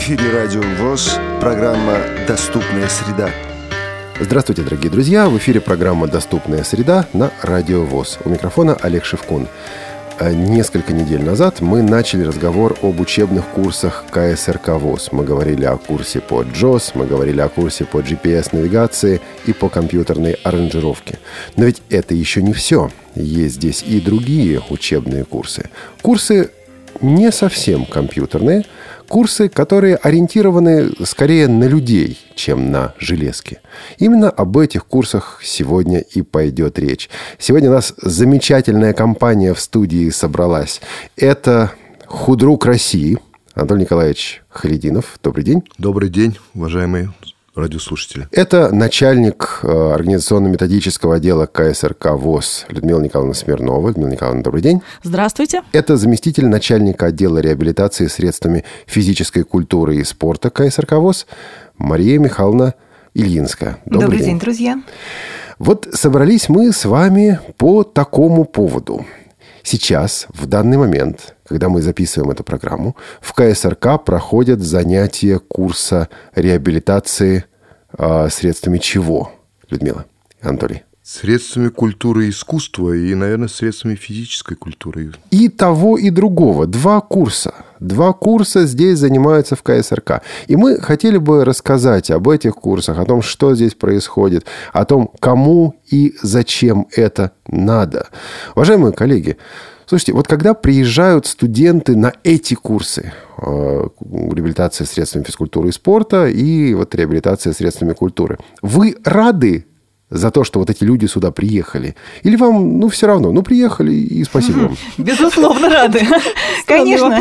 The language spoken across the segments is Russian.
эфире Радио ВОС, программа «Доступная среда». Здравствуйте, дорогие друзья! В эфире программа «Доступная среда» на Радио ВОС. У микрофона Олег Шевкун. Несколько недель назад мы начали разговор об учебных курсах КСРК ВОС. Мы говорили о курсе по JOS, мы говорили о курсе по GPS-навигации и по компьютерной аранжировке. Но ведь это еще не все. Есть здесь и другие учебные курсы. Курсы не совсем компьютерные, курсы, которые ориентированы скорее на людей, чем на железки. Именно об этих курсах сегодня и пойдет речь. Сегодня у нас замечательная компания в студии собралась. Это худрук России Анатолий Николаевич Халидинов. Добрый день. Добрый день, уважаемые радиослушатели. Это начальник организационно-методического отдела КСРК ВОС Людмила Николаевна Смирнова. Людмила Николаевна, добрый день. Здравствуйте. Это заместитель начальника отдела реабилитации средствами физической культуры и спорта КСРК ВОС Мария Михайловна Ильинская. Добрый день, друзья. Вот собрались мы с вами по такому поводу. Сейчас, в данный момент, когда мы записываем эту программу, в КСРК проходят занятия курса реабилитации средствами чего, Людмила, Анатолий? Средствами культуры и искусства и, наверное, средствами физической культуры. И того, и другого. Два курса. Два курса здесь занимаются в КСРК. И мы хотели бы рассказать об этих курсах, о том, что здесь происходит, о том, кому и зачем это надо. Уважаемые коллеги, слушайте, вот когда приезжают студенты на эти курсы, реабилитация средствами физкультуры и спорта и вот реабилитация средствами культуры, вы рады за то, что вот эти люди сюда приехали? Или вам, все равно, приехали и спасибо вам? Безусловно, рады. Конечно.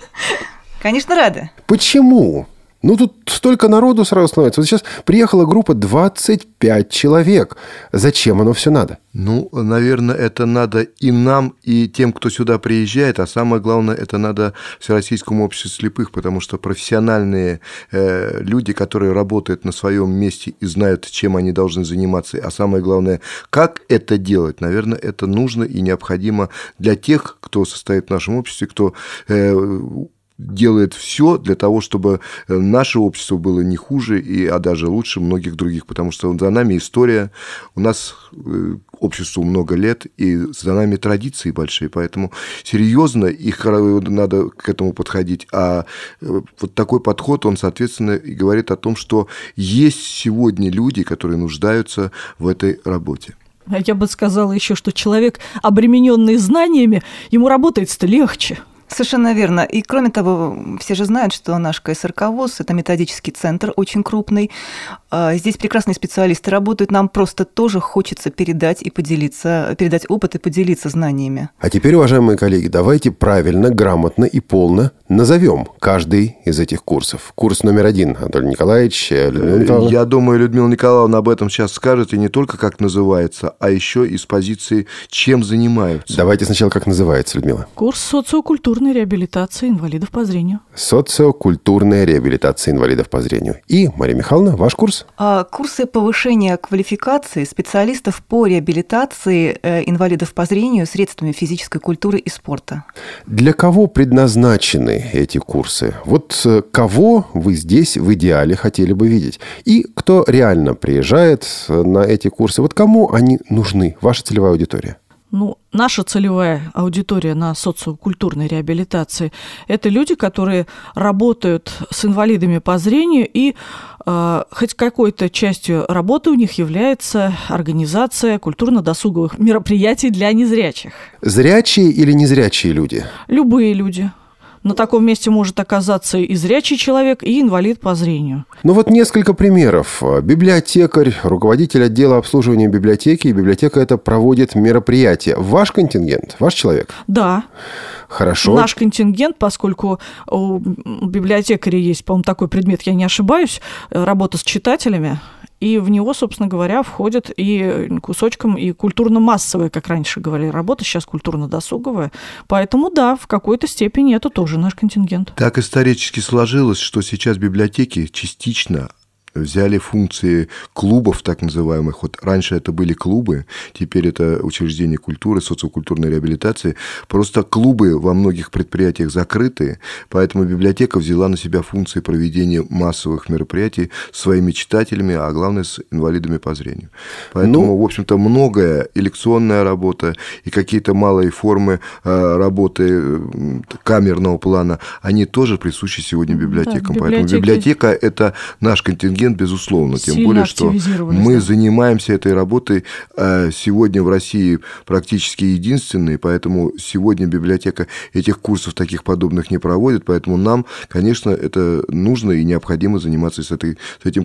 Конечно, рады. Почему? Тут столько народу сразу становится. Вот сейчас приехала группа 25 человек. Зачем оно все надо? Наверное, это надо и нам, и тем, кто сюда приезжает, а самое главное, это надо Всероссийскому обществу слепых, потому что профессиональные люди, которые работают на своем месте и знают, чем они должны заниматься, а самое главное, как это делать, наверное, это нужно и необходимо для тех, кто состоит в нашем обществе, кто делает все для того, чтобы наше общество было не хуже, а даже лучше многих других, потому что за нами история, у нас обществу много лет, и за нами традиции большие, поэтому серьезно их надо к этому подходить. А вот такой подход, он, соответственно, и говорит о том, что есть сегодня люди, которые нуждаются в этой работе. Я бы сказала еще, что человек, обремененный знаниями, ему работается-то легче. Совершенно верно. И, кроме того, все же знают, что наш КСРК ВОС – это методический центр, очень крупный. Здесь прекрасные специалисты работают. Нам просто тоже хочется передать опыт и поделиться знаниями. А теперь, уважаемые коллеги, давайте правильно, грамотно и полно назовем каждый из этих курсов. Курс номер 1, Анатолий Николаевич, Людмила Николаевна. Я думаю, Людмила Николаевна об этом сейчас скажет, и не только как называется, а еще и с позиции, чем занимаются. Давайте сначала, как называется, Людмила. Курс социокультурной реабилитации инвалидов по зрению. Социокультурная реабилитация инвалидов по зрению. И, Мария Михайловна, ваш курс? Курсы повышения квалификации специалистов по реабилитации инвалидов по зрению средствами физической культуры и спорта. Для кого предназначены эти курсы? Вот кого вы здесь в идеале хотели бы видеть? И кто реально приезжает на эти курсы? Вот кому они нужны? Ваша целевая аудитория? Наша целевая аудитория на социокультурной реабилитации – это люди, которые работают с инвалидами по зрению, и хоть какой-то частью работы у них является организация культурно-досуговых мероприятий для незрячих. Зрячие или незрячие люди? Любые люди. На таком месте может оказаться и зрячий человек, и инвалид по зрению. Вот несколько примеров. Библиотекарь, руководитель отдела обслуживания библиотеки, и библиотека это проводит мероприятие. Ваш контингент, ваш человек? Да. Хорошо. Наш контингент, поскольку у библиотекаря есть, по-моему, такой предмет, я не ошибаюсь, работа с читателями. И в него, собственно говоря, входит и кусочком и культурно-массовая, как раньше говорили, работа, сейчас культурно-досуговая. Поэтому, да, в какой-то степени это тоже наш контингент. Так исторически сложилось, что сейчас библиотеки частично взяли функции клубов, так называемых. Вот раньше это были клубы, теперь это учреждения культуры, социокультурной реабилитации. Просто клубы во многих предприятиях закрыты, поэтому библиотека взяла на себя функции проведения массовых мероприятий с своими читателями, а главное, с инвалидами по зрению. Поэтому, в общем-то, многое, и лекционная работа, и какие-то малые формы работы камерного плана, они тоже присущи сегодня библиотекам. Да, поэтому библиотека – это наш контингент, безусловно, тем более, что мы занимаемся этой работой сегодня в России практически единственные, поэтому сегодня библиотека этих курсов таких подобных не проводит, поэтому нам, конечно, это нужно и необходимо заниматься с этой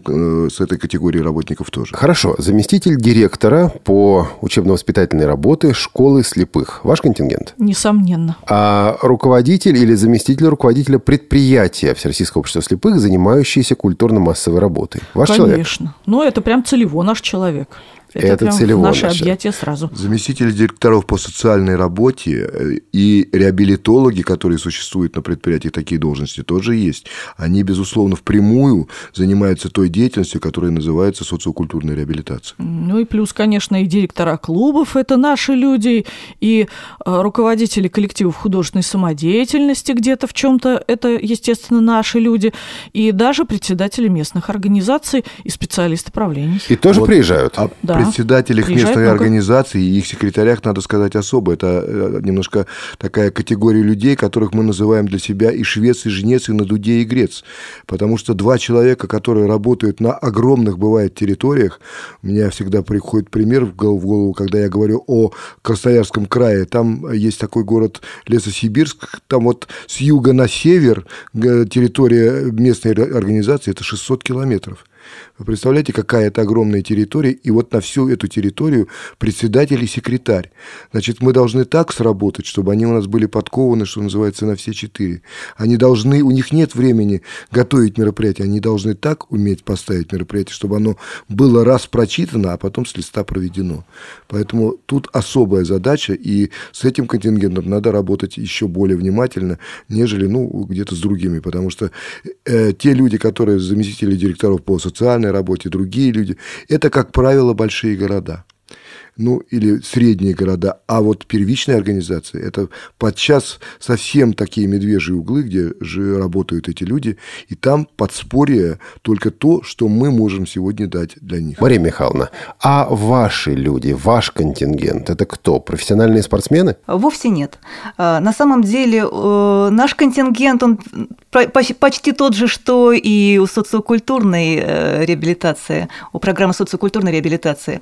категорией работников тоже. Хорошо. Заместитель директора по учебно-воспитательной работе школы слепых. Ваш контингент? Несомненно. А руководитель или заместитель руководителя предприятия Всероссийского общества слепых, занимающийся культурно-массовой работой? Ваш человек? Конечно. Но это прям целево наш человек. Это прям целево наше объятие сразу. Заместители директоров по социальной работе и реабилитологи, которые существуют на предприятии, такие должности тоже есть. Они, безусловно, впрямую занимаются той деятельностью, которая называется социокультурной реабилитацией. Ну и плюс, конечно, и директора клубов – это наши люди, и руководители коллективов художественной самодеятельности где-то в чем-то – это, естественно, наши люди, и даже председатели местных организаций и специалисты правления. И тоже приезжают? Да. Председателях местных организаций и их секретарях надо сказать особо. Это немножко такая категория людей, которых мы называем для себя и швец, и жнец, и на дуде, и грец. Потому что два человека, которые работают на огромных, бывает, территориях, у меня всегда приходит пример в голову, когда я говорю о Красноярском крае. Там есть такой город Лесосибирск, там вот с юга на север территория местной организации – это 600 километров. Вы представляете, какая это огромная территория, и вот на всю эту территорию председатель и секретарь. Значит, мы должны так сработать, чтобы они у нас были подкованы, что называется, на все четыре. Они должны, у них нет времени готовить мероприятие, они должны так уметь поставить мероприятие, чтобы оно было раз прочитано, а потом с листа проведено. Поэтому тут особая задача, и с этим контингентом надо работать еще более внимательно, нежели, где-то с другими, потому что те люди, которые заместители директоров по социальной работе, другие люди, это, как правило, большие города. Или средние города, а вот первичные организации, это подчас совсем такие медвежьи углы, где же работают эти люди, и там подспорье только то, что мы можем сегодня дать для них. Мария Михайловна, а ваши люди, ваш контингент, это кто? Профессиональные спортсмены? Вовсе нет. На самом деле наш контингент, он почти тот же, что и у социокультурной реабилитации, у программы социокультурной реабилитации.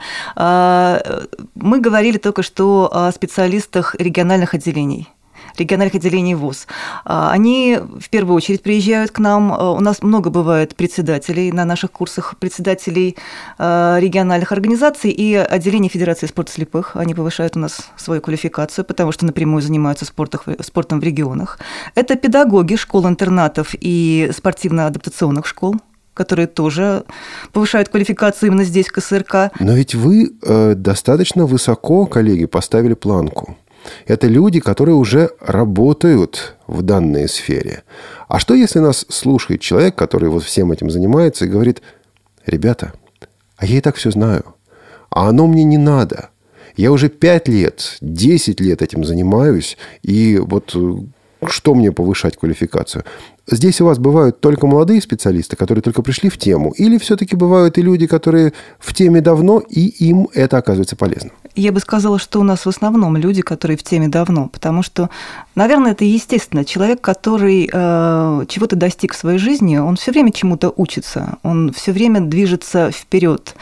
Мы говорили только что о специалистах региональных отделений ВУЗ. Они в первую очередь приезжают к нам. У нас много бывает председателей на наших курсах, председателей региональных организаций и отделений Федерации спорта слепых. Они повышают у нас свою квалификацию, потому что напрямую занимаются спортом в регионах. Это педагоги школ-интернатов и спортивно-адаптационных школ, которые тоже повышают квалификацию именно здесь, в КСРК. Но ведь вы достаточно высоко, коллеги, поставили планку. Это люди, которые уже работают в данной сфере. А что, если нас слушает человек, который вот всем этим занимается, и говорит: ребята, а я и так все знаю, а оно мне не надо. Я уже 5 лет, 10 лет этим занимаюсь, и вот что мне повышать квалификацию? Здесь у вас бывают только молодые специалисты, которые только пришли в тему, или все-таки бывают и люди, которые в теме давно, и им это оказывается полезно? Я бы сказала, что у нас в основном люди, которые в теме давно, потому что, наверное, это естественно. Человек, который чего-то достиг в своей жизни, он все время чему-то учится, он все время движется вперед.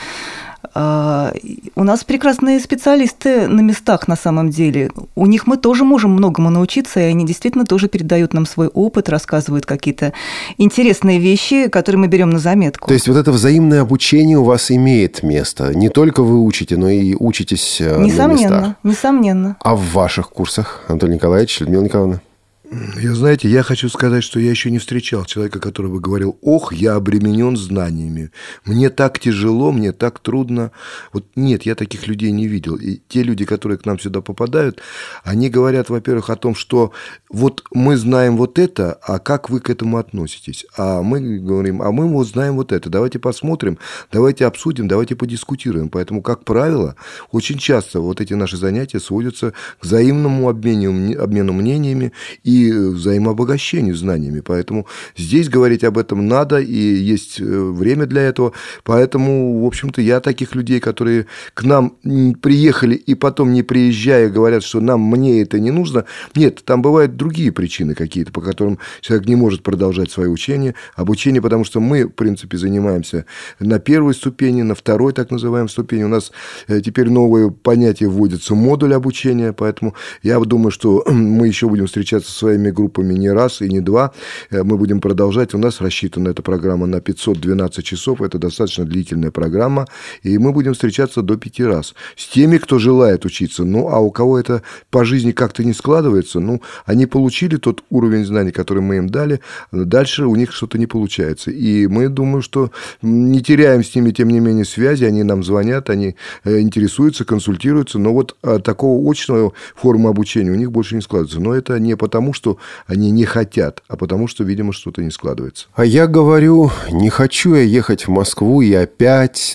У нас прекрасные специалисты на местах на самом деле. У них мы тоже можем многому научиться, и они действительно тоже передают нам свой опыт, рассказывают какие-то интересные вещи, которые мы берем на заметку. То есть вот это взаимное обучение у вас имеет место. Не только вы учите, но и учитесь на местах. Несомненно. А в ваших курсах, Анатолий Николаевич, Людмила Николаевна? Знаете, я хочу сказать, что я еще не встречал человека, который бы говорил: ох, я обременен знаниями, мне так тяжело, мне так трудно. Вот нет, я таких людей не видел. И те люди, которые к нам сюда попадают, они говорят, во-первых, о том, что вот мы знаем вот это, а как вы к этому относитесь? А мы говорим, а мы вот знаем вот это, давайте посмотрим, давайте обсудим, давайте подискутируем. Поэтому, как правило, очень часто вот эти наши занятия сводятся к взаимному обмену мнениями и взаимообогащению знаниями. Поэтому здесь говорить об этом надо, и есть время для этого. Поэтому, в общем-то, я таких людей, которые к нам приехали и потом, не приезжая, говорят, что мне это не нужно. Нет, там бывают другие причины какие-то, по которым человек не может продолжать свое обучение, потому что мы, в принципе, занимаемся на первой ступени, на второй, так называемой ступени. У нас теперь новое понятие вводится, модуль обучения, поэтому я думаю, что мы еще будем встречаться со своими группами не раз и не два. Мы будем продолжать. У нас рассчитана эта программа на 512 часов. Это достаточно длительная программа. И мы будем встречаться до 5 раз. С теми, кто желает учиться. А у кого это по жизни как-то не складывается, они получили тот уровень знаний, который мы им дали. Дальше у них что-то не получается. И мы, думаю, что не теряем с ними, тем не менее, связи. Они нам звонят, они интересуются, консультируются. Но вот такого очного формы обучения у них больше не складывается. Но это не потому, что они не хотят, а потому что, видимо, что-то не складывается. А я говорю, не хочу я ехать в Москву и опять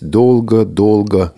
долго,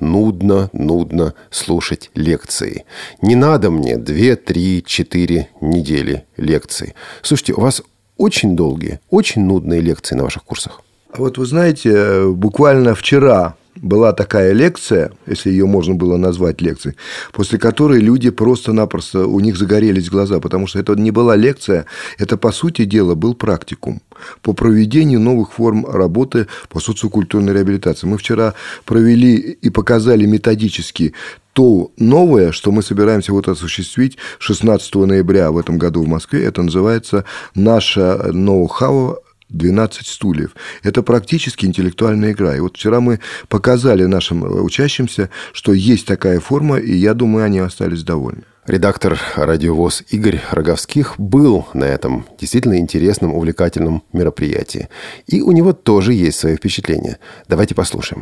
нудно слушать лекции. Не надо мне 2, 3, 4 недели лекций. Слушайте, у вас очень долгие, очень нудные лекции на ваших курсах. Вот вы знаете, буквально вчера была такая лекция, если ее можно было назвать лекцией, после которой люди просто-напросто, у них загорелись глаза, потому что это не была лекция, это, по сути дела, был практикум по проведению новых форм работы по социокультурной реабилитации. Мы вчера провели и показали методически то новое, что мы собираемся осуществить 16 ноября в этом году в Москве. Это называется «Наше ноу-хау 12 стульев». Это практически интеллектуальная игра. И вчера мы показали нашим учащимся, что есть такая форма, и я думаю, они остались довольны. Редактор «Радио ВОС» Игорь Роговских был на этом действительно интересном, увлекательном мероприятии. И у него тоже есть свои впечатления. Давайте послушаем.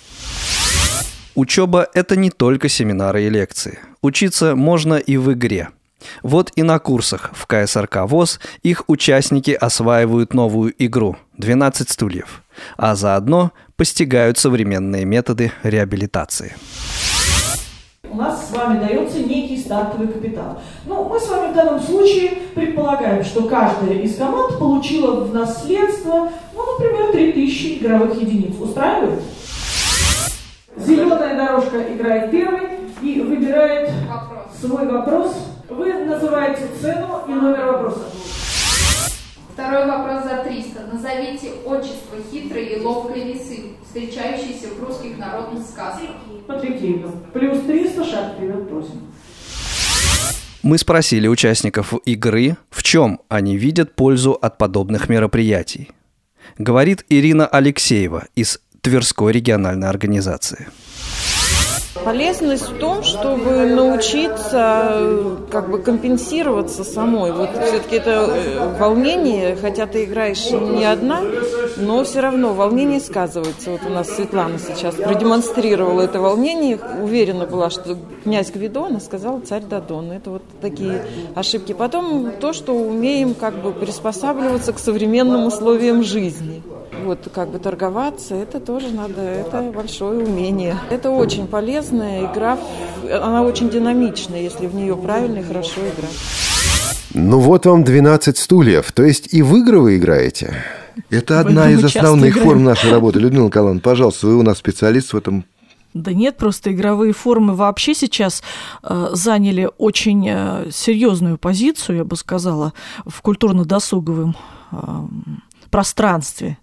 Учеба – это не только семинары и лекции. Учиться можно и в игре. Вот и на курсах в КСРК ВОС их участники осваивают новую игру «12 стульев», а заодно постигают современные методы реабилитации. У нас с вами дается некий стартовый капитал. Мы с вами в данном случае предполагаем, что каждая из команд получила в наследство, например, 3000 игровых единиц. Устраивает? Зеленая дорожка играет первой и выбирает свой вопрос. Вы называете цену и номер вопроса. Второй вопрос за 300. Назовите отчество хитрой и ловкой лисы, встречающейся в русских народных сказках. Патрикеевна. Плюс 300, шаг вперед, просим. Мы спросили участников игры, в чем они видят пользу от подобных мероприятий. Говорит Ирина Алексеева из Тверской региональной организации. Полезность в том, чтобы научиться компенсироваться самой. Все-таки это волнение, хотя ты играешь не одна, но все равно волнение сказывается. У нас Светлана сейчас продемонстрировала это волнение, уверена была, что князь Гвидон, а сказала царь Додон. Это такие ошибки. Потом то, что умеем приспосабливаться к современным условиям жизни. Торговаться, это тоже надо, это большое умение. Это очень полезная игра, она очень динамичная, если в нее правильно и хорошо играть. Вам 12 стульев, то есть и в игры вы играете? Это одна из основных форм нашей работы. Людмила Николаевна, пожалуйста, вы у нас специалист в этом. Да нет, просто игровые формы вообще сейчас заняли очень серьезную позицию, я бы сказала, в культурно-досуговом пространстве.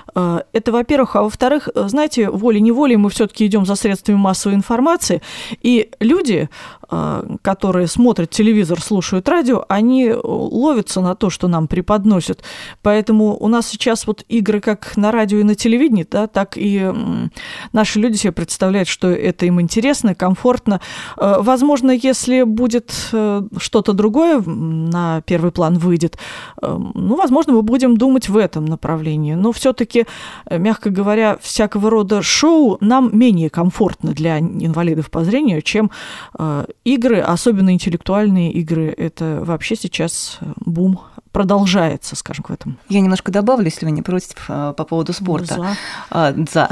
Это, во-первых. А во-вторых, знаете, волей-неволей мы все-таки идем за средствами массовой информации, и люди, которые смотрят телевизор, слушают радио, они ловятся на то, что нам преподносят. Поэтому у нас сейчас вот игры как на радио и на телевидении, да, так и наши люди себе представляют, что это им интересно, комфортно. Возможно, если будет что-то другое на первый план выйдет, ну, возможно, мы будем думать в этом направлении. Но все-таки, мягко говоря, всякого рода шоу нам менее комфортно для инвалидов по зрению, чем игры, особенно интеллектуальные игры. Это вообще сейчас бум продолжается, скажем, в этом. Я немножко добавлю, если вы не против, по поводу спорта. За.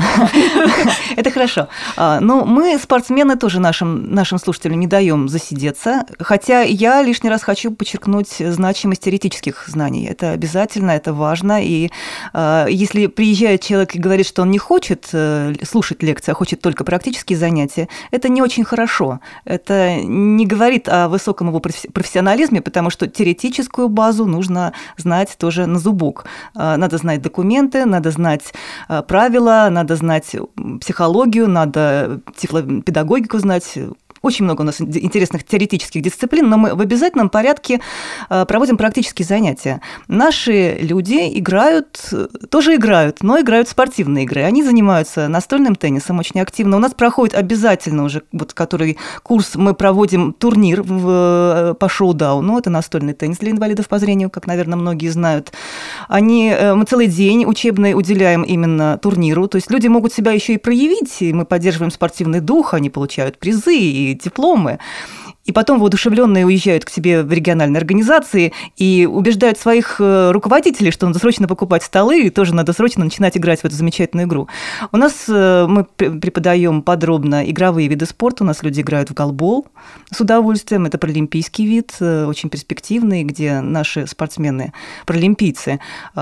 Это хорошо. Но мы, спортсмены, тоже нашим слушателям не даем засидеться, хотя я лишний раз хочу подчеркнуть значимость теоретических знаний. Это обязательно, это важно, и если приезжает человек и говорит, что он не хочет слушать лекции, а хочет только практические занятия, это не очень хорошо. Это не говорит о высоком его профессионализме, потому что теоретическую базу нужно знать тоже на зубок. Надо знать документы, надо знать правила, надо знать психологию, надо тифлопедагогику знать. Очень много у нас интересных теоретических дисциплин, но мы в обязательном порядке проводим практические занятия. Наши люди тоже играют, но играют в спортивные игры. Они занимаются настольным теннисом очень активно. У нас проходит обязательно уже, вот который курс, мы проводим турнир по шоу-дауну. Это настольный теннис для инвалидов по зрению, как, наверное, многие знают. Мы целый день учебный уделяем именно турниру. То есть люди могут себя еще и проявить, и мы поддерживаем спортивный дух, они получают призы и дипломы. И потом воодушевленные уезжают к себе в региональные организации и убеждают своих руководителей, что надо срочно покупать столы, и тоже надо срочно начинать играть в эту замечательную игру. У нас мы преподаем подробно игровые виды спорта. У нас люди играют в голбол с удовольствием. Это паралимпийский вид, очень перспективный, где наши спортсмены, паралимпийцы,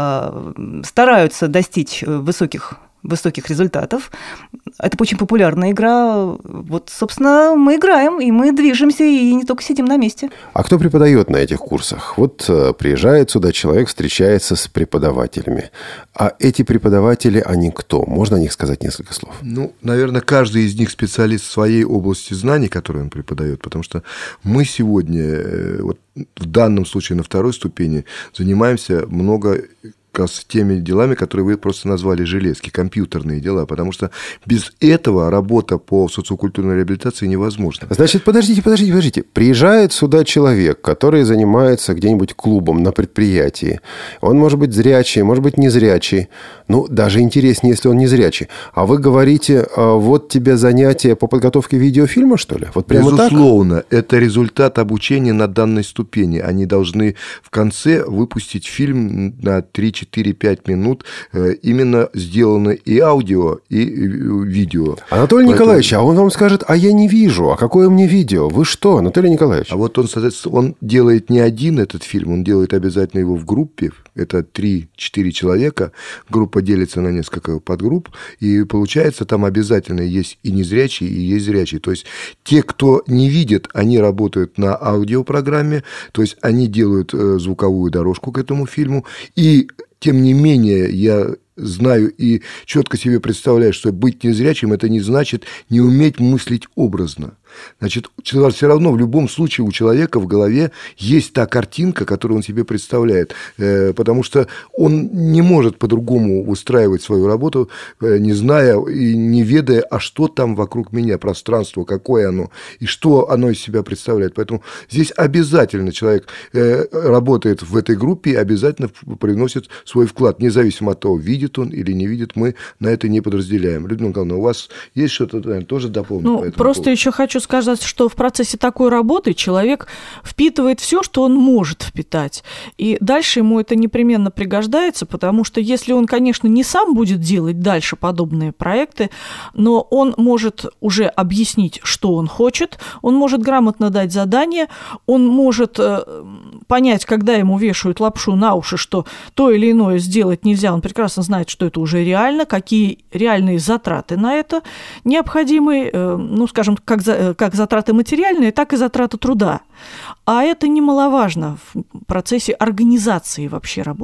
стараются достичь высоких результатов. Это очень популярная игра. Вот, собственно, мы играем, и мы движемся, и не только сидим на месте. А кто преподает на этих курсах? Вот приезжает сюда человек, встречается с преподавателями. А эти преподаватели, они кто? Можно о них сказать несколько слов? Ну, наверное, каждый из них специалист в своей области знаний, которые он преподает, потому что мы сегодня, вот в данном случае на второй ступени, занимаемся много с теми делами, которые вы просто назвали железки, компьютерные дела, потому что без этого работа по социокультурной реабилитации невозможна. Значит, подождите. Приезжает сюда человек, который занимается где-нибудь клубом на предприятии. Он может быть зрячий, может быть незрячий. Ну, даже интереснее, если он незрячий. А вы говорите, вот тебе занятия по подготовке видеофильма, что ли? Вот прямо безусловно, так? Это результат обучения на данной ступени. Они должны в конце выпустить фильм на 3-4-5 минут, именно сделано и аудио, и видео. Анатолий Николаевич, а он вам скажет, а я не вижу, а какое мне видео? Вы что, Анатолий Николаевич? А вот он, соответственно, он делает не один этот фильм, он делает обязательно его в группе. Это 3-4 человека. Группа делится на несколько подгрупп. И получается, там обязательно есть и незрячие, и есть зрячие. То есть те, кто не видит, они работают на аудиопрограмме. То есть они делают звуковую дорожку к этому фильму. И тем не менее, я знаю и четко себе представляю, что быть незрячим – это не значит не уметь мыслить образно. Значит, все равно в любом случае у человека в голове есть та картинка, которую он себе представляет, потому что он не может по-другому устраивать свою работу, не зная и не ведая, а что там вокруг меня, пространство, какое оно, и что оно из себя представляет. Поэтому здесь обязательно человек работает в этой группе и обязательно приносит свой вклад, независимо от того, видит он или не видит, мы на это не подразделяем. Людмила Николаевна, у вас есть что-то, наверное, тоже дополнить? Ну, просто еще хочу сказать, что в процессе такой работы человек впитывает все, что он может впитать. И дальше ему это непременно пригождается, потому что если он, конечно, не сам будет делать дальше подобные проекты, но он может уже объяснить, что он хочет, он может грамотно дать задание, он может понять, когда ему вешают лапшу на уши, что то или иное сделать нельзя, он прекрасно знает, что это уже реально, какие реальные затраты на это необходимы, ну, скажем, как затраты материальные, так и затраты труда. А это немаловажно в процессе организации вообще работы.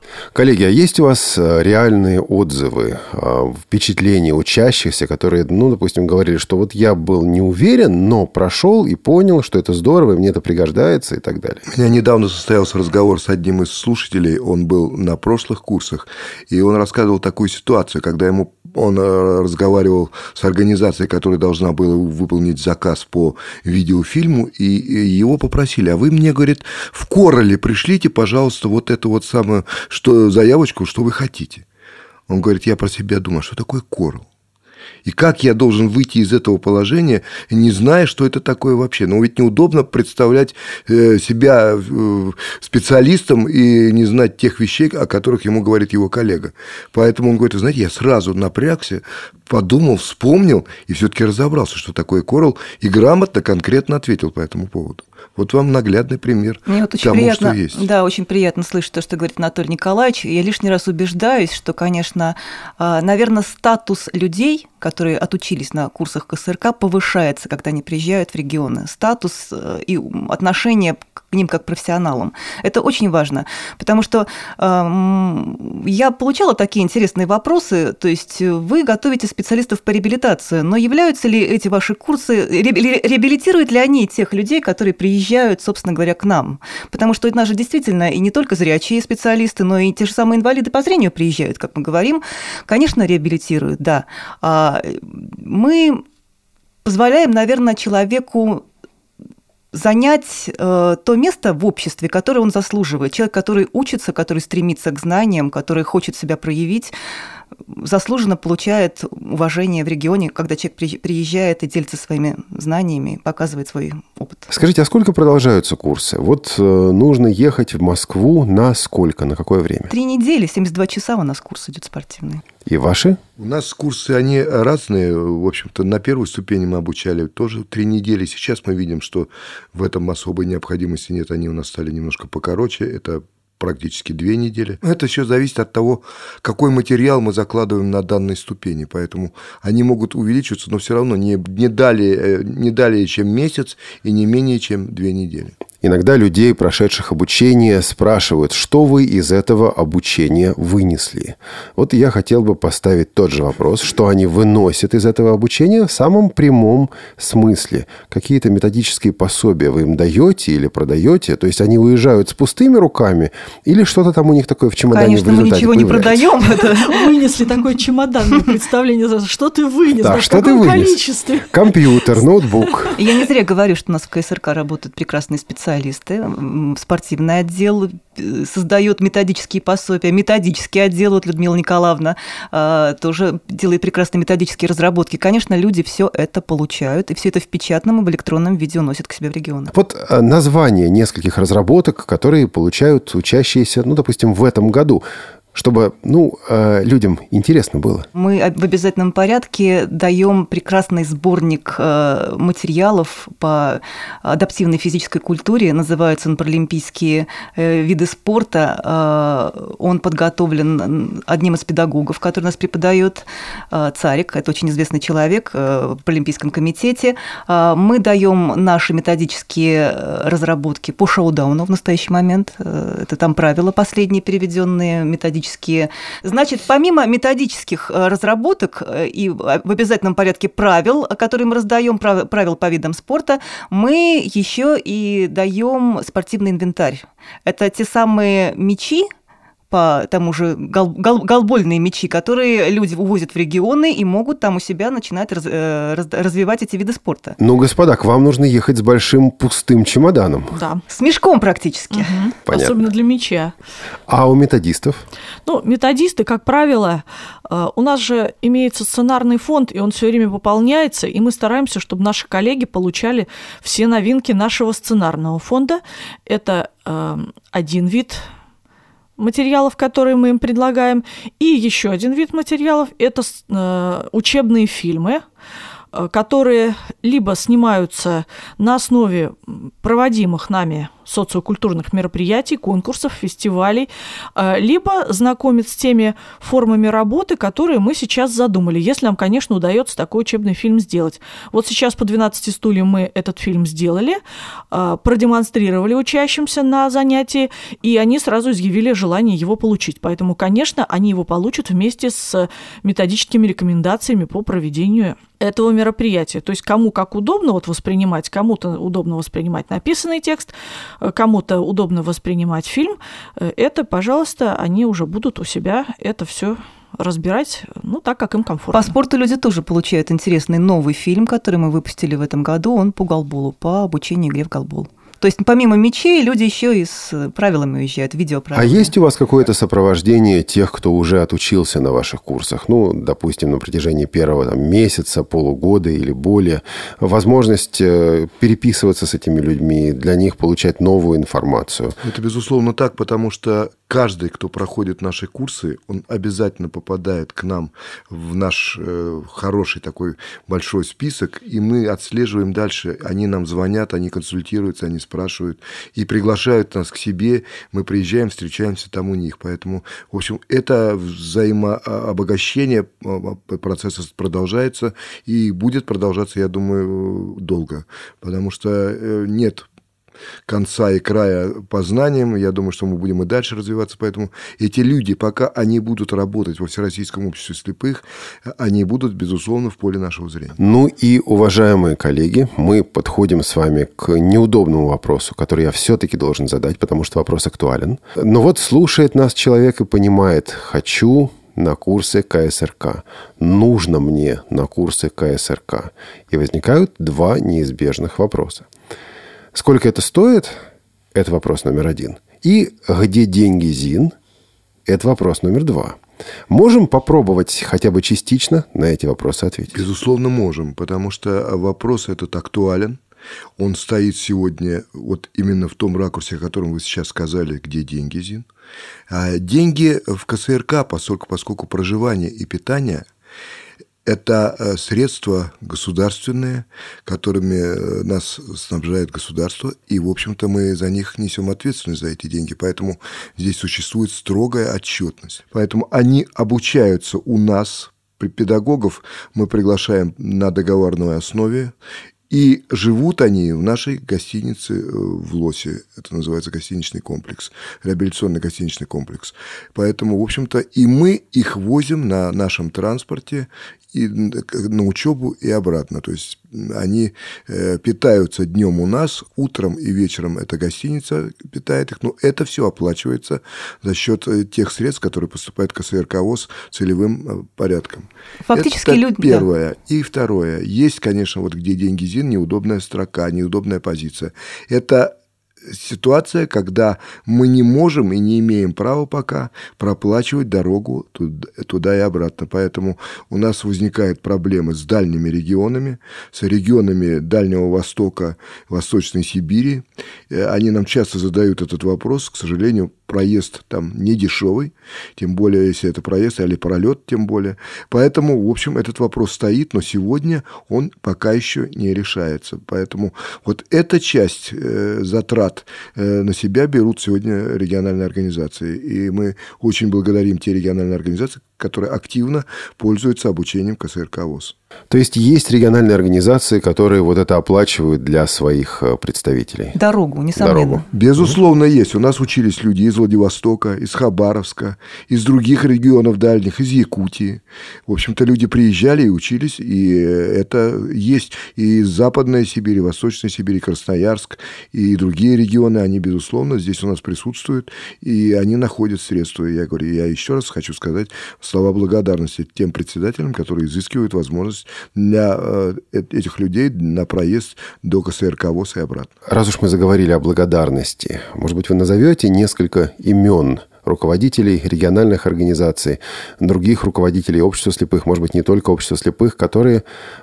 Коллеги, а есть у вас реальные отзывы, впечатления учащихся, которые, допустим, говорили, что вот я был не уверен, но прошел и понял, что это здорово, и мне это пригождается и так далее? У меня недавно состоялся разговор с одним из слушателей, он был на прошлых курсах, и он рассказывал такую ситуацию, когда он разговаривал с организацией, которая должна была выполнить заказ по видеофильму, и его попросили, а вы мне, говорит, в Корале пришлите, пожалуйста, вот эту вот самую заявочку, что вы хотите. Он говорит, я про себя думаю, что такое Корал? И как я должен выйти из этого положения, не зная, что это такое вообще? Ну, ведь неудобно представлять себя специалистом и не знать тех вещей, о которых ему говорит его коллега. Поэтому он говорит, знаете, я сразу напрягся, подумал, вспомнил и все-таки разобрался, что такое Корал, и грамотно, конкретно ответил по этому поводу. Вот вам наглядный пример тому, что есть. Да, очень приятно слышать то, что говорит Анатолий Николаевич. Я лишний раз убеждаюсь, что, конечно, наверное, статус людей, которые отучились на курсах КСРК, повышается, когда они приезжают в регионы. Статус и отношение к ним как к профессионалам. Это очень важно, потому что я получала такие интересные вопросы, то есть вы готовите специалистов по реабилитации, но являются ли эти ваши курсы, реабилитируют ли они тех людей, которые приезжают, собственно говоря, к нам? Потому что это же действительно и не только зрячие специалисты, но и те же самые инвалиды по зрению приезжают, как мы говорим. Конечно, реабилитируют, да. Мы позволяем, наверное, человеку занять то место в обществе, которое он заслуживает. Человек, который учится, который стремится к знаниям, который хочет себя проявить, заслуженно получает уважение в регионе, когда человек приезжает и делится своими знаниями, показывает свой опыт. Скажите, а сколько продолжаются курсы? Вот нужно ехать в Москву на сколько, на какое время? 3 недели, 72 часа у нас курс идет спортивный. И ваши? У нас курсы, они разные. В общем-то, на первой ступени мы обучали тоже 3 недели. Сейчас мы видим, что в этом особой необходимости нет. Они у нас стали немножко покороче. Это практически 2 недели. Это все зависит от того, какой материал мы закладываем на данной ступени. Поэтому они могут увеличиваться, но все равно не далее, чем месяц и не менее, чем 2 недели. Иногда людей, прошедших обучение, спрашивают, что вы из этого обучения вынесли. Вот я хотел бы поставить тот же вопрос, что они выносят из этого обучения в самом прямом смысле. Какие-то методические пособия вы им даете или продаете? То есть они уезжают с пустыми руками или что-то там у них такое в чемодане в результате Конечно, мы ничего не продаем. Вынесли такой чемодан, представление, что ты вынес, в каком количестве. Компьютер, ноутбук. Я не зря говорю, что у нас в КСРК работают прекрасные специалисты. Спортивный отдел создает методические пособия, методический отдел, вот Людмила Николаевна тоже делает прекрасные методические разработки. Конечно, люди все это получают, и все это в печатном и в электронном виде уносят к себе в регионы. Вот название нескольких разработок, которые получают учащиеся, допустим, в этом году, чтобы людям интересно было. Мы в обязательном порядке даем прекрасный сборник материалов по адаптивной физической культуре. Называется он «Паралимпийские виды спорта». Он подготовлен одним из педагогов, который у нас преподает, Царик. Это очень известный человек в Паралимпийском комитете. Мы даем наши методические разработки по шоу-дауну в настоящий момент. Это там правила последние переведенные методические. Значит, помимо методических разработок и в обязательном порядке правил, которые мы раздаем, правил по видам спорта, мы еще и даем спортивный инвентарь. Это те самые мячи, по тому же голбольные мячи, которые люди увозят в регионы и могут там у себя начинать развивать эти виды спорта. Господа, к вам нужно ехать с большим пустым чемоданом. Да. С мешком практически. Угу. Особенно для мяча. А у методистов? Методисты, как правило, у нас же имеется сценарный фонд, и он все время пополняется, и мы стараемся, чтобы наши коллеги получали все новинки нашего сценарного фонда. Это один вид материалов, которые мы им предлагаем. И еще один вид материалов – это учебные фильмы, которые либо снимаются на основе проводимых нами социокультурных мероприятий, конкурсов, фестивалей, либо знакомит с теми формами работы, которые мы сейчас задумали, если нам, конечно, удается такой учебный фильм сделать. Вот сейчас по 12 стульям мы этот фильм сделали, продемонстрировали учащимся на занятии, и они сразу изъявили желание его получить. Поэтому, конечно, они его получат вместе с методическими рекомендациями по проведению этого мероприятия. То есть кому как удобно воспринимать, кому-то удобно воспринимать написанный текст, кому-то удобно воспринимать фильм. Это, пожалуйста, они уже будут у себя это все разбирать, так, как им комфортно. По спорту люди тоже получают интересный новый фильм, который мы выпустили в этом году. Он по голболу, по обучению игре в голбол. То есть помимо мячей люди еще и с правилами уезжают, видеоправилами. А есть у вас какое-то сопровождение тех, кто уже отучился на ваших курсах? Допустим, на протяжении первого месяца, полугода или более. Возможность переписываться с этими людьми, для них получать новую информацию. Это, безусловно, так, потому что каждый, кто проходит наши курсы, он обязательно попадает к нам в наш хороший такой большой список, и мы отслеживаем дальше. Они нам звонят, они консультируются, они спрашивают и приглашают нас к себе. Мы приезжаем, встречаемся там у них. Поэтому, в общем, это взаимообогащение процесса продолжается и будет продолжаться, я думаю, долго. Потому что нет конца и края познаниям. Я думаю, что мы будем и дальше развиваться. Поэтому эти люди, пока они будут работать во Всероссийском обществе слепых, они будут, безусловно, в поле нашего зрения. И, уважаемые коллеги, мы подходим с вами к неудобному вопросу, который я все-таки должен задать, потому что вопрос актуален. Но слушает нас человек и понимает: хочу на курсы КСРК. Нужно мне на курсы КСРК. И возникают два неизбежных вопроса. Сколько это стоит? Это вопрос номер один. И где деньги ЗИН? Это вопрос номер два. Можем попробовать хотя бы частично на эти вопросы ответить? Безусловно, можем, потому что вопрос этот актуален. Он стоит сегодня именно в том ракурсе, о котором вы сейчас сказали, где деньги ЗИН. А деньги в КСРК, поскольку проживание и питание – это средства государственные, которыми нас снабжает государство, и, в общем-то, мы за них несем ответственность, за эти деньги. Поэтому здесь существует строгая отчетность. Поэтому они обучаются у нас, педагогов мы приглашаем на договорной основе, и живут они в нашей гостинице в Лосе. Это называется гостиничный комплекс, реабилитационный гостиничный комплекс. Поэтому, в общем-то, и мы их возим на нашем транспорте и на учебу и обратно. То есть они питаются днем у нас, утром и вечером эта гостиница питает их. Но это все оплачивается за счет тех средств, которые поступают в КСРК ВОС целевым порядком. Фактически это люди... первое. Да. И второе. Есть, конечно, где деньги ЗИН, неудобная строка, неудобная позиция. Это ситуация, когда мы не можем и не имеем права пока проплачивать дорогу туда и обратно. Поэтому у нас возникают проблемы с дальними регионами, с регионами Дальнего Востока, Восточной Сибири. Они нам часто задают этот вопрос. К сожалению, проезд там не дешевый, тем более, если это проезд или пролет, тем более. Поэтому, в общем, этот вопрос стоит, но сегодня он пока еще не решается. Поэтому эта часть затрат на себя берут сегодня региональные организации. И мы очень благодарим те региональные организации, которые активно пользуются обучением КСРК ВОС. То есть региональные организации, которые это оплачивают для своих представителей? Дорогу, несомненно. Дорогу. Безусловно, есть. У нас учились люди из Владивостока, из Хабаровска, из других регионов дальних, из Якутии. В общем-то, люди приезжали и учились, и это есть. И Западная Сибирь, и Восточная Сибирь, и Красноярск, и другие регионы, они, безусловно, здесь у нас присутствуют, и они находят средства. И я еще раз хочу сказать слова благодарности тем председателям, которые изыскивают возможность для этих людей на проезд до КСРК ВОС и обратно. Раз уж мы заговорили о благодарности, может быть, вы назовете несколько имен руководителей региональных организаций, других руководителей общества слепых, может быть, не только общества слепых, которые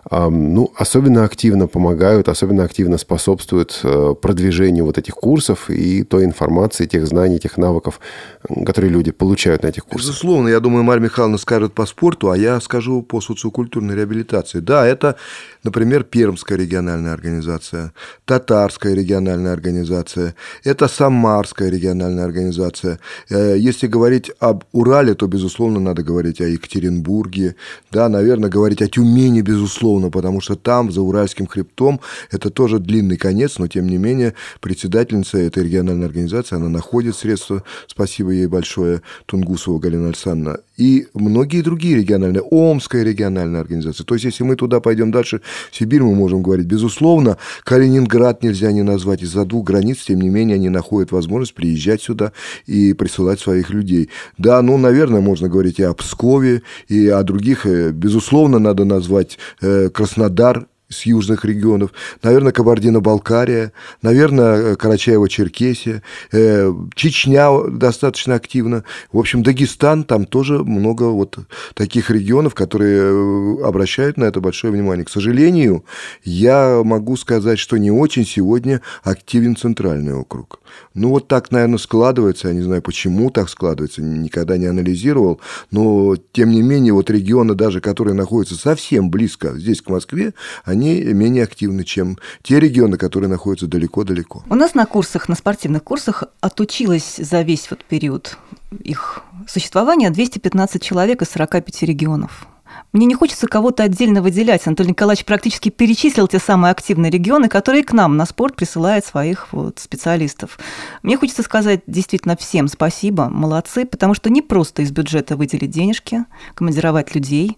особенно активно помогают, особенно активно способствуют продвижению вот этих курсов и той информации, тех знаний, тех навыков, которые люди получают на этих курсах. Безусловно, я думаю, Марья Михайловна скажет по спорту, а я скажу по социокультурной реабилитации. Да, это, например, Пермская региональная организация, Татарская региональная организация, это Самарская региональная организация. Если говорить об Урале, то, безусловно, надо говорить о Екатеринбурге, да, наверное, говорить о Тюмени, безусловно, потому что там, за Уральским хребтом, это тоже длинный конец, но, тем не менее, председательница этой региональной организации, она находит средства, спасибо ей большое, Тунгусова Галина Александровна, и многие другие региональные, Омская региональная организация. То есть, если мы туда пойдем дальше, в Сибирь, мы можем говорить, безусловно, Калининград нельзя не назвать из-за двух границ, тем не менее, они находят возможность приезжать сюда и присылать своих людей. Да, наверное, можно говорить и о Пскове, и о других, безусловно, надо назвать Краснодар, с южных регионов, наверное, Кабардино-Балкария, наверное, Карачаево-Черкесия, Чечня достаточно активно. В общем, Дагестан, там тоже много вот таких регионов, которые обращают на это большое внимание. К сожалению, я могу сказать, что не очень сегодня активен Центральный округ. Вот так, наверное, складывается, я не знаю, почему так складывается, никогда не анализировал, но, тем не менее, вот регионы даже, которые находятся совсем близко здесь, к Москве, они менее активны, чем те регионы, которые находятся далеко-далеко. У нас на курсах, на спортивных курсах отучилось за весь вот период их существования 215 человек из 45 регионов. Мне не хочется кого-то отдельно выделять. Анатолий Николаевич практически перечислил те самые активные регионы, которые к нам на спорт присылают своих специалистов. Мне хочется сказать действительно всем спасибо, молодцы, потому что не просто из бюджета выделить денежки, командировать людей.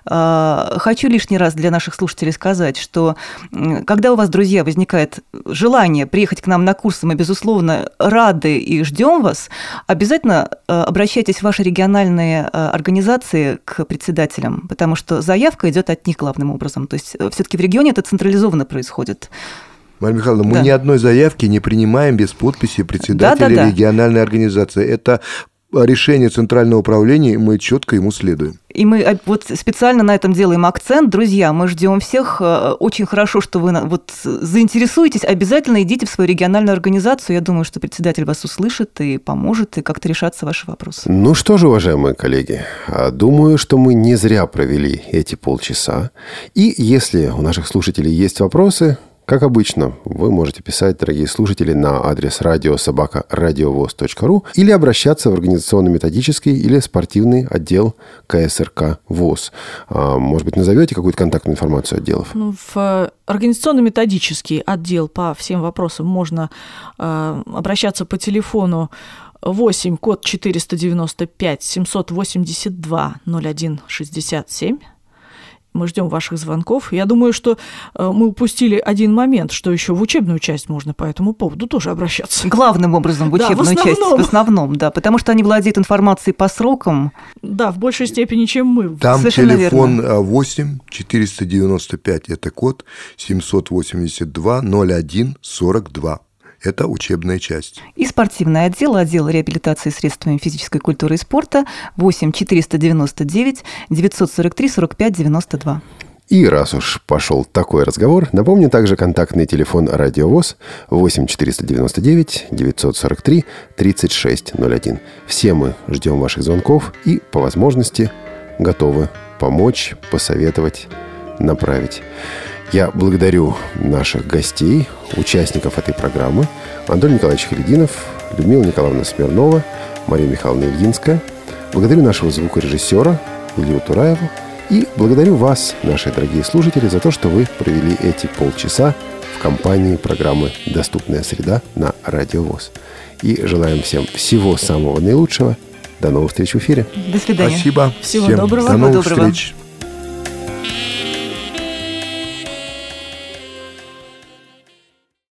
Хочу лишний раз для наших слушателей сказать, что когда у вас, друзья, возникает желание приехать к нам на курсы, мы, безусловно, рады и ждем вас, обязательно обращайтесь в ваши региональные организации к председателям, потому что заявка идет от них главным образом. То есть все-таки в регионе это централизованно происходит. Марья Михайловна, мы ни одной заявки не принимаем без подписи председателя региональной организации. Это решение Центрального управления, мы четко ему следуем. И мы вот специально на этом делаем акцент. Друзья, мы ждем всех. Очень хорошо, что вы заинтересуетесь. Обязательно идите в свою региональную организацию. Я думаю, что председатель вас услышит и поможет, и как-то решатся ваши вопросы. Ну что же, уважаемые коллеги, думаю, что мы не зря провели эти полчаса. И если у наших слушателей есть вопросы, как обычно, вы можете писать, дорогие слушатели, на адрес radio@radiovoz.ru или обращаться в организационно-методический или спортивный отдел КСРК ВОЗ. Может быть, назовете какую-то контактную информацию отделов? В организационно-методический отдел по всем вопросам можно обращаться по телефону 8, код 495 782 0167. Мы ждем ваших звонков. Я думаю, что мы упустили один момент, что еще в учебную часть можно по этому поводу тоже обращаться. Главным образом в учебную часть, в основном, да, потому что они владеют информацией по срокам. Да, в большей степени, чем мы. Там совершенно телефон верно. 8 495, это код 782 0142. Это учебная часть. И спортивный отдел реабилитации средствами физической культуры и спорта 8 499 943 45 92. И раз уж пошел такой разговор, напомню также контактный телефон Радио ВОЗ 8 499 943 3601. Все мы ждем ваших звонков и, по возможности, готовы помочь, посоветовать, направить. Я благодарю наших гостей, участников этой программы: Анатолий Николаевич Хридинов, Людмила Николаевна Смирнова, Мария Михайловна Ильинская. Благодарю нашего звукорежиссера Илью Тураеву. И благодарю вас, наши дорогие слушатели, за то, что вы провели эти полчаса в компании программы «Доступная среда» на Радио ВОЗ. И желаем всем всего самого наилучшего. До новых встреч в эфире. До свидания. Спасибо. Всего всем. доброго. До новых встреч.